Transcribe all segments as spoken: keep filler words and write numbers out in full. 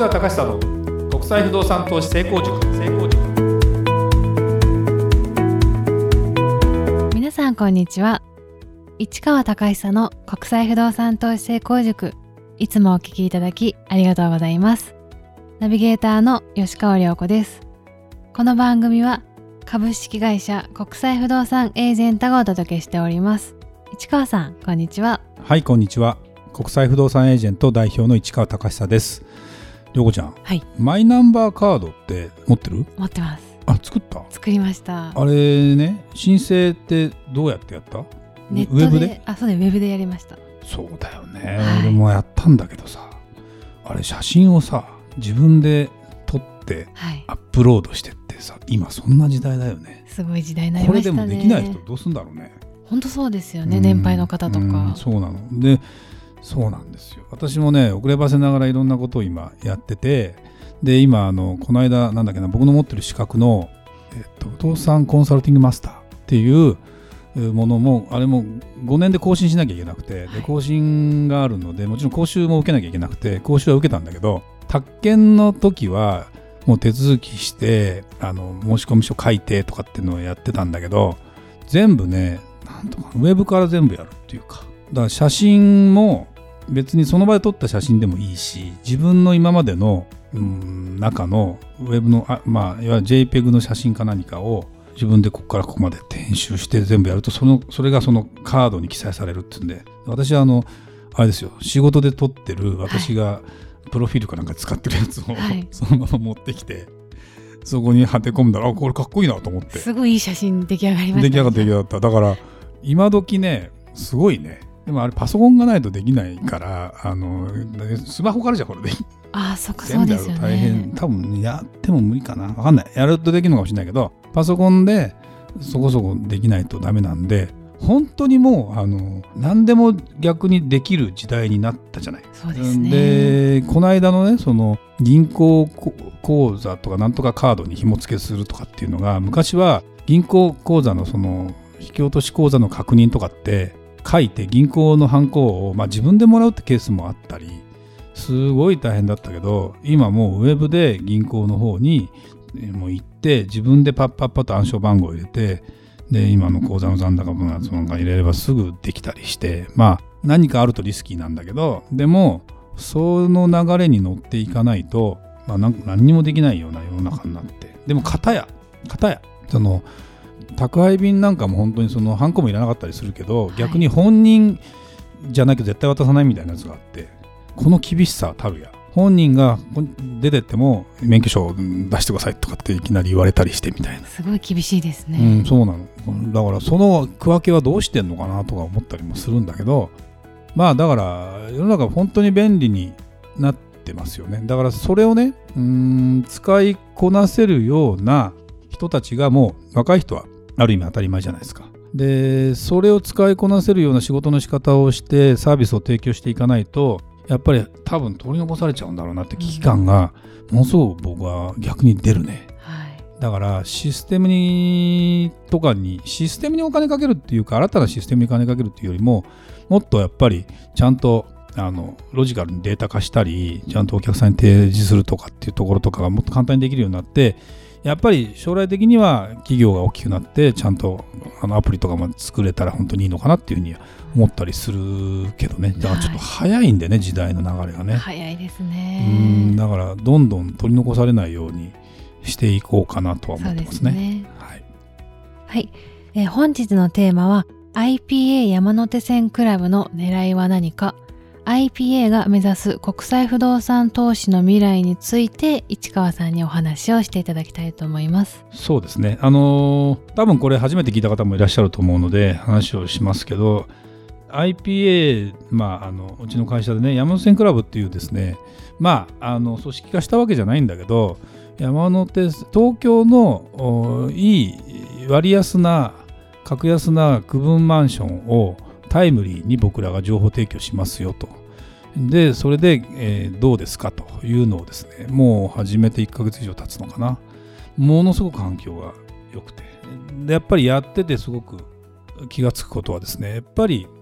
川隆久の国際不動産投資成功塾。成功塾。 皆さんこんにちは。市川隆久の国際不動産投資成功塾、いつもお聞きいただきありがとうございます。ナビゲーターの吉川亮子です。この番組は株式会社国際不動産エージェントがお届けしております。市川さんこんにちは。 はい、こんにちは。国際不動産エージェント代表の市川隆久です。亮子ちゃん、 はい、 マイナンバーカードって持ってる？ 持ってます。 あ、作った？ 作りました。 あれね、申請ってどうやってやった？ ネットで。 ウェブで？ あ、そうね、ウェブでやりました。 そうだよね、 はい、 俺もやったんだけどさ、あれ写真をさ自分で撮ってアップロードしてってさ、今そんな時代だよね。 すごい時代になりましたね。 これでもできない人どうすんだろうね。 本当そうですよね、年配の方とか。 うん、そうなので、そうなんですよ。私もね、遅ればせながらいろんなことを今やってて、で今あのこの間なんだっけな、僕の持ってる資格の、えっと、不動産コンサルティングマスターっていうものも、あれもごねんで更新しなきゃいけなくて、で更新があるので、もちろん講習も受けなきゃいけなくて、講習は受けたんだけど、宅建の時はもう手続きしてあの申込書書いてとかっていうのをやってたんだけど、全部ね、なんとかウェブから全部やるっていうか、だから写真も別にその場で撮った写真でもいいし、自分の今までの、うん、中のウェブのあ、まあ、いわゆる ジェイペグ の写真か何かを自分でここからここまで編集して全部やると、そのそれがそのカードに記載されるっていうんで、私はあのあれですよ、仕事で撮ってる私がプロフィールかなんか使ってるやつを、はい、そのまま持ってきてそこに貼て込んだら、あ、これかっこいいなと思って、 すごいいい写真出来上がりましたね。 出来上がった出来上がった。だから今時ね、すごいね。でもあれパソコンがないとできないから、あのスマホからじゃこれでいい。 ああ、そっか、そうですよね。 大変、多分やっても無理かな、分かんない。やるとできるのかもしれないけど、パソコンでそこそこできないとダメなんで、本当にもうあの何でも逆にできる時代になったじゃない。 そうですね。 でこの間のね、その銀行口座とかなんとかカードに紐付けするとかっていうのが、昔は銀行口座のその引き落とし口座の確認とかって書いて銀行のハンコを、まあ、自分でもらうってケースもあったり、すごい大変だったけど、今もうウェブで銀行の方にもう行って自分でパッパッパッと暗証番号を入れて、で今の口座の残高分がその入れればすぐできたりして、まあ何かあるとリスキーなんだけど、でもその流れに乗っていかないと、まあ、なんか何にもできないような世の中になって、でも片や片やその宅配便なんかも本当にそのハンコもいらなかったりするけど、はい、逆に本人じゃなきゃ絶対渡さないみたいなやつがあって、この厳しさたるや、本人が出てっても免許証を出してくださいとかっていきなり言われたりしてみたいな、 すごい厳しいですね。 うん、そうなの。だからその区分けはどうしてんのかなとか思ったりもするんだけど、まあだから世の中本当に便利になってますよね。だからそれをね、うーん使いこなせるような人たちが、もう若い人はある意味当たり前じゃないですか。でそれを使いこなせるような仕事の仕方をしてサービスを提供していかないと、やっぱり多分取り残されちゃうんだろうなって危機感がものすごく僕は逆に出るね、はい、だからシステムにとかにシステムにお金かけるっていうか、新たなシステムにお金かけるっていうよりも、もっとやっぱりちゃんとあのロジカルにデータ化したり、ちゃんとお客さんに提示するとかっていうところとかがもっと簡単にできるようになって、やっぱり将来的には企業が大きくなってちゃんとあのアプリとかも作れたら本当にいいのかなっていうふうに思ったりするけどね。だからちょっと早いんでね、時代の流れがね。 早いですね。 うん、だからどんどん取り残されないようにしていこうかなとは思ってますね。 そうですね。 はい、 はい、えー、本日のテーマは アイピーエー 山手線クラブの狙いは何か、アイピーエー が目指す国際不動産投資の未来について市川さんにお話をしていただきたいと思います。 そうですね、あのー、多分これ初めて聞いた方もいらっしゃると思うので話をしますけど、 アイピーエー、まあ、あのうちの会社でね、山手線クラブっていうですね、まあ、あの組織化したわけじゃないんだけど、山手東京のいい割安な格安な区分マンションをタイムリーに僕らが情報提供しますよと。でそれで、えー、どうですかというのをですね、もう始めていっかげつ以上経つのかな。ものすごく反響が良くて、でやっぱりやっててすごく気がつくことはですね、やっぱり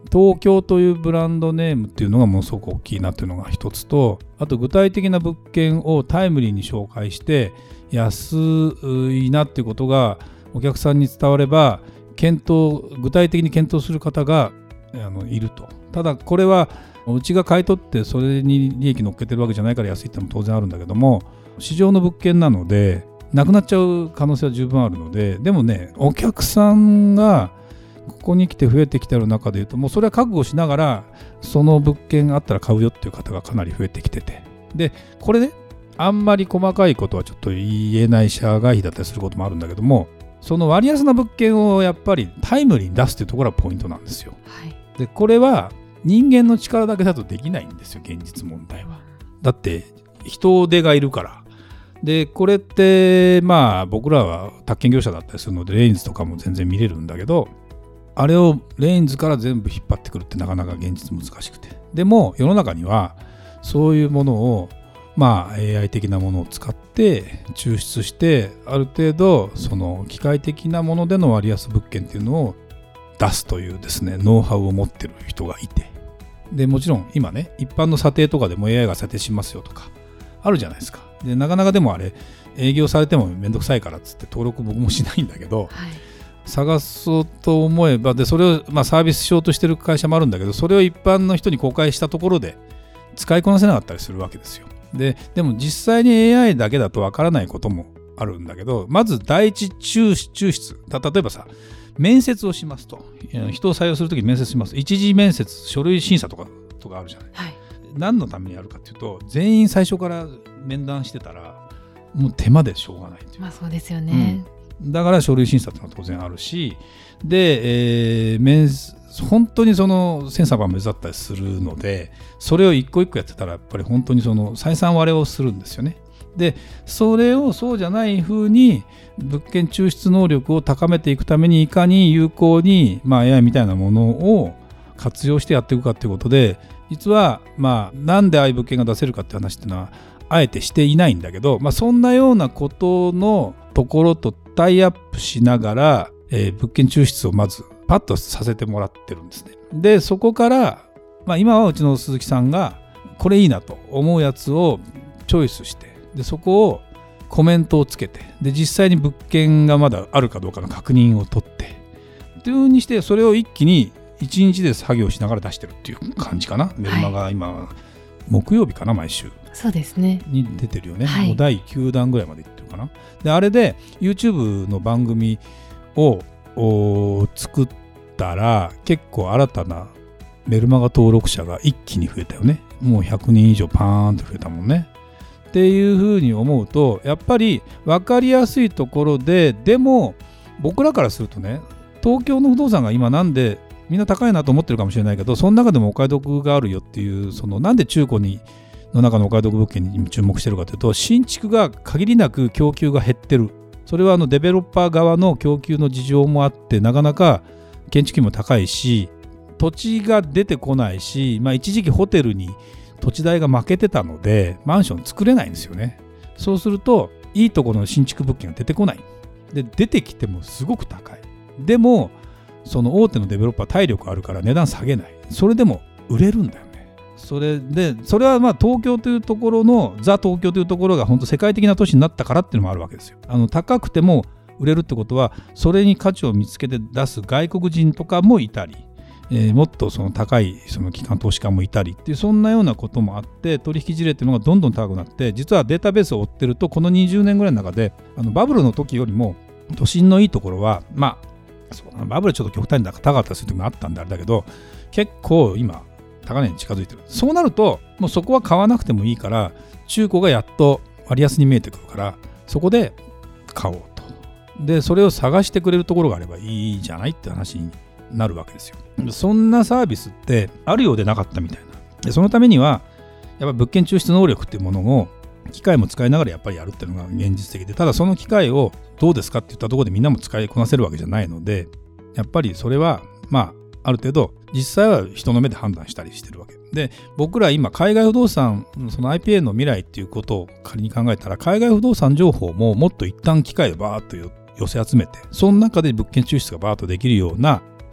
東京というブランドネームっていうのがものすごく大きいなというのが一つと、あと具体的な物件をタイムリーに紹介して安いなっていうことがお客さんに伝われば、検討具体的に検討する方があのいると。ただこれはうちが買い取ってそれに利益乗っけてるわけじゃないから安いってのも当然あるんだけども、市場の物件なのでなくなっちゃう可能性は十分あるので、でもね、お客さんがここに来て増えてきてる中でいうと、もうそれは覚悟しながらその物件あったら買うよっていう方がかなり増えてきてて、でこれね、あんまり細かいことはちょっと言えない社外費だったりすることもあるんだけども、その割安な物件をやっぱりタイムリーに出すっていうところがポイントなんですよ、はい、でこれは人間の力だけだとできないんですよ、現実問題は。だって人手がいるから。でこれってまあ僕らは宅建業者だったりするのでレインズとかも全然見れるんだけど、あれをレインズから全部引っ張ってくるってなかなか現実難しくて、でも世の中にはそういうものをまあ エーアイ 的なものを使って抽出して、ある程度その機械的なものでの割安物件っていうのを出すというですね、ノウハウを持ってる人がいて、でもちろん今ね、一般の査定とかでも エーアイ が査定しますよとかあるじゃないですか。でなかなかでもあれ営業されてもめんどくさいからっつって登録僕もしないんだけど、はい、探そうと思えば、でそれをまあサービスしようとしてる会社もあるんだけど、それを一般の人に公開したところで使いこなせなかったりするわけですよ。ででも実際に エーアイ だけだとわからないこともあるんだけど、まず第一抽出、例えばさ、面接をしますと、人を採用するときに面接します。一次面接、書類審査とかとかあるじゃない、はい、何のためにやるかっていうと、全員最初から面談してたらもう手間でしょうがないっていう。 まあそうですよね、 うん、だから書類審査っていうのは当然あるし、で、えー、面本当にその千差万別だったりするので、それを一個一個やってたらやっぱり本当にその採算割れをするんですよね。でそれをそうじゃない風に物件抽出能力を高めていくために、いかに有効に、まあ、エーアイ みたいなものを活用してやっていくかということで、実はまあなんでああいう物件が出せるかって話っていうのはあえてしていないんだけど、まあ、そんなようなことのところとタイアップしながら、えー、物件抽出をまずパッとさせてもらってるんですね。でそこから、まあ、今はうちの鈴木さんがこれいいなと思うやつをチョイスして、でそこをコメントをつけて、で実際に物件がまだあるかどうかの確認を取ってという風にして、それを一気にいちにちで作業しながら出してるっていう感じかな。メルマが今、はい、木曜日かな、毎週そうですねに出てるよね、 はい、 もうだいきゅうだんぐらいまでいってるかな。であれで YouTube の番組を作ったら結構新たなメルマガ登録者が一気に増えたよね。もうひゃくにん以上パーンと増えたもんねっていうふうに思うと、やっぱり分かりやすいところで、でも僕らからするとね、東京の不動産が今なんでみんな高いなと思ってるかもしれないけど、その中でもお買い得があるよっていう、そのなんで中古にの中のお買い得物件に注目してるかというと、新築が限りなく供給が減ってる。それはあのデベロッパー側の供給の事情もあって、なかなか建築費も高いし、土地が出てこないし、まあ、一時期ホテルに土地代が負けてたのでマンション作れないんですよね。そうするといいところの新築物件が出てこない。で出てきてもすごく高い。でもその大手のデベロッパー体力あるから値段下げない。それでも売れるんだよね。それでそれはまあ東京というところのザ東京というところが本当世界的な都市になったからっていうのもあるわけですよ。あの高くても売れるってことは、それに価値を見つけて出す外国人とかもいたり、えー、もっとその高いその機関投資家もいたりっていう、そんなようなこともあって、取引事例っていうのがどんどん高くなって、実はデータベースを追ってると、このにじゅうねんぐらいの中であのバブルの時よりも都心のいいところは、まあそうだな、バブルちょっと極端に高かったりする時もあったんであれだけど、結構今高値に近づいてる。そうなるともうそこは買わなくてもいいから、中古がやっと割安に見えてくるから、そこで買おうと。でそれを探してくれるところがあればいいじゃないって話になるわけですよ。そんなサービスってあるようでなかったみたいな。でそのためにはやっぱ物件抽出能力っていうものを機械も使いながらやっぱりやるっていうのが現実的で、ただその機械をどうですかって言ったところでみんなも使いこなせるわけじゃないので、やっぱりそれはまあある程度実際は人の目で判断したりしてるわけで、僕ら今海外不動産その アイピーエー の未来っていうことを仮に考えたら、海外不動産情報ももっと一旦機械でバーッと寄せ集めて、その中で物件抽出がバーッとできるような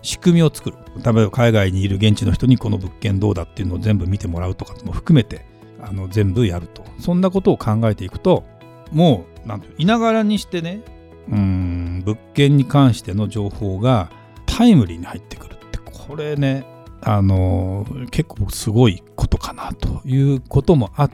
仕組みを作る。例えば海外にいる現地の人にこの物件どうだっていうのを全部見てもらうとかも含めてあの全部やると。そんなことを考えていくと、もうなんていういながらにしてね、うーん物件に関しての情報がタイムリーに入ってくるって、これねあの結構すごいことかなということもあって、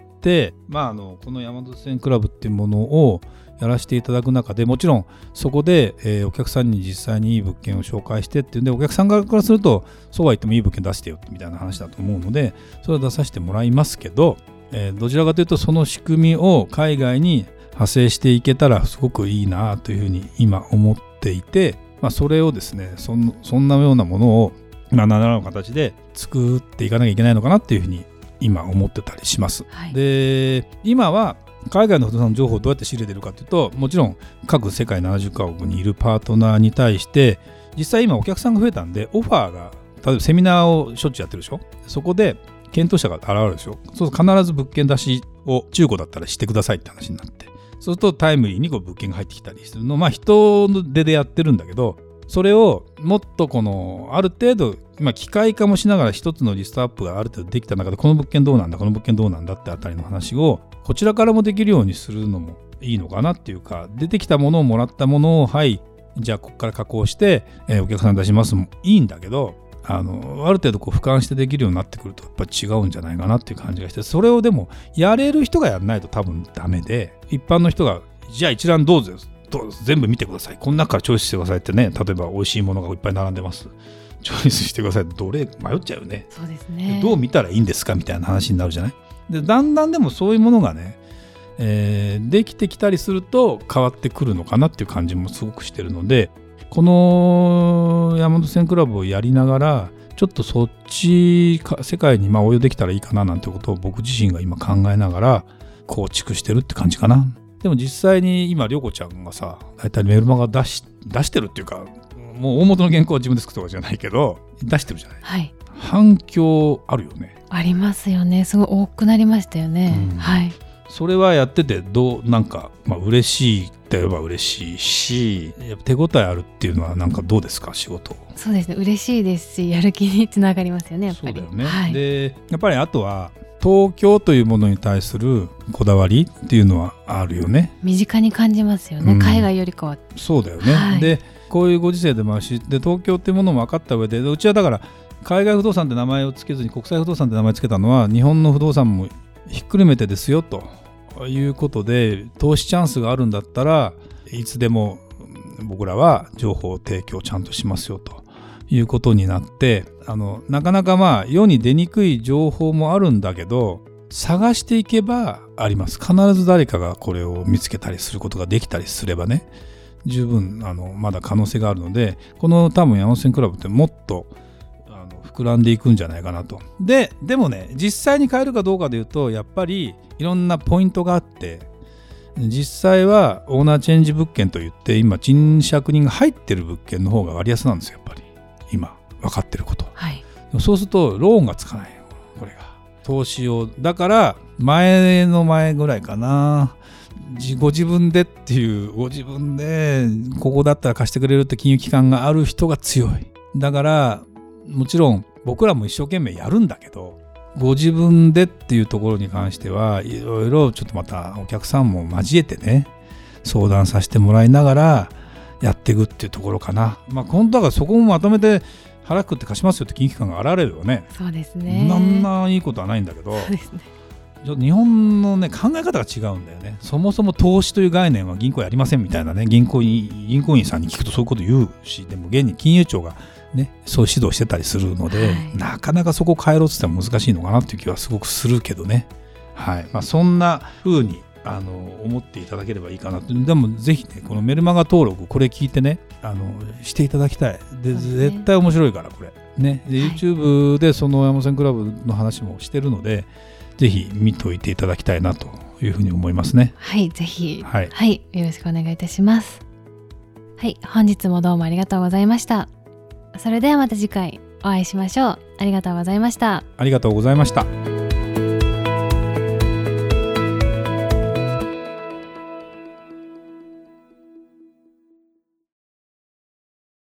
まあ、あのこの山手線クラブっていうものをやらせていただく中で、もちろんそこで、えー、お客さんに実際にいい物件を紹介してっていうんで、お客さん側からするとそうは言ってもいい物件出してよみたいな話だと思うので、それを出させてもらいますけど、えー、どちらかというとその仕組みを海外に派生していけたらすごくいいなというふうに今思っていて、まあ、それをですね そ, そんなようなものをまあ、何らかの形で作っていかなきゃいけないのかなっていうふうに今思ってたりします、はい、で今は海外の不動産情報をどうやって仕入れてるかというと、もちろん各世界ななじゅっカ国にいるパートナーに対して実際今お客さんが増えたんでオファーが、例えばセミナーをしょっちゅうやってるでしょ。そこで検討者が現れるでしょ。そうすると必ず物件出しを中古だったらしてくださいって話になって、そうするとタイムリーにこう物件が入ってきたりするのを、まあ人手でやってるんだけど、それをもっとこのある程度、まあ、機械化もしながら一つのリストアップがある程度できた中で、この物件どうなんだこの物件どうなんだってあたりの話をこちらからもできるようにするのもいいのかなっていうか、出てきたものをもらったものをはいじゃあここから加工して、えー、お客さん出しますもいいんだけど、あのある程度こう俯瞰してできるようになってくるとやっぱり違うんじゃないかなっていう感じがして、それをでもやれる人がやらないと多分ダメで、一般の人がじゃあ一覧どうぞ全部見てください、この中からチョイスしてくださいってね、例えば美味しいものがいっぱい並んでます、チョイスしてくださいってどれ迷っちゃうよね。 そうですね。 どう見たらいいんですかみたいな話になるじゃない。でだんだんでもそういうものがね、えー、できてきたりすると変わってくるのかなっていう感じもすごくしてるので、この山手線クラブをやりながらちょっとそっちか世界にまあ応用できたらいいかななんてことを僕自身が今考えながら構築してるって感じかな。でも実際に今涼子ちゃんがさ、大体メルマガ出し出してるっていうか、もう大元の原稿は自分で作ったとかじゃないけど出してるじゃない、はい、反響あるよね。ありますよね。すごい多くなりましたよね、うん、はい。それはやっててどうなんか、まあ、嬉しいって言えば嬉しいし、やっぱ手応えあるっていうのはなんかどうですか仕事。そうですね、嬉しいですし、やる気につながりますよねやっぱり。そうだよね、はい、でやっぱりあとは東京というものに対するこだわりっていうのはあるよね。身近に感じますよね、うん、海外よりかは。そうだよね、はい、でこういうご時世でもあるし、で東京っていうものも分かった上で、うちはだから海外不動産って名前をつけずに国際不動産って名前をつけたのは日本の不動産もひっくるめてですよということで、投資チャンスがあるんだったらいつでも僕らは情報提供ちゃんとしますよということになって、あのなかなかまあ世に出にくい情報もあるんだけど探していけばあります。必ず誰かがこれを見つけたりすることができたりすればね、十分あのまだ可能性があるので、この多分山手線クラブってもっとあの膨らんでいくんじゃないかなと。ででもね、実際に買えるかどうかでいうとやっぱりいろんなポイントがあって、実際はオーナーチェンジ物件といって今賃借人が入ってる物件の方が割安なんですよ。やっぱり今分かってること、はい、そうするとローンがつかないよ、これが投資用だから。前の前ぐらいかな、ご自分でっていう、ご自分でここだったら貸してくれるって金融機関がある人が強い。だからもちろん僕らも一生懸命やるんだけど、ご自分でっていうところに関してはいろいろちょっとまたお客さんも交えてね相談させてもらいながらやっていくっていうところかな。まあ本当だからそこもまとめて腹くって貸しますよって金融機関が現れるよね。そうですね。そんないいことはないんだけど、そうですね、ちょっと日本の、ね、考え方が違うんだよね。そもそも投資という概念は銀行やりませんみたいなね、銀行員、銀行員さんに聞くとそういうこと言うし、でも現に金融庁がねそう指導してたりするので、はい、なかなかそこを変えろって言ったら難しいのかなっていう気はすごくするけどね。はい、まあ、そんな風にあの思っていただければいいかなと。でもぜひねこのメルマガ登録これ聞いてねあのしていただきたい。で、ね、絶対面白いからこれね。で YouTube でその山手線クラブの話もしてるので、ぜひ見といていただきたいなというふうに思いますね。はい、ぜひ、はい、はい、よろしくお願いいたします。はい、本日もどうもありがとうございました。それではまた次回お会いしましょう。ありがとうございました。ありがとうございました。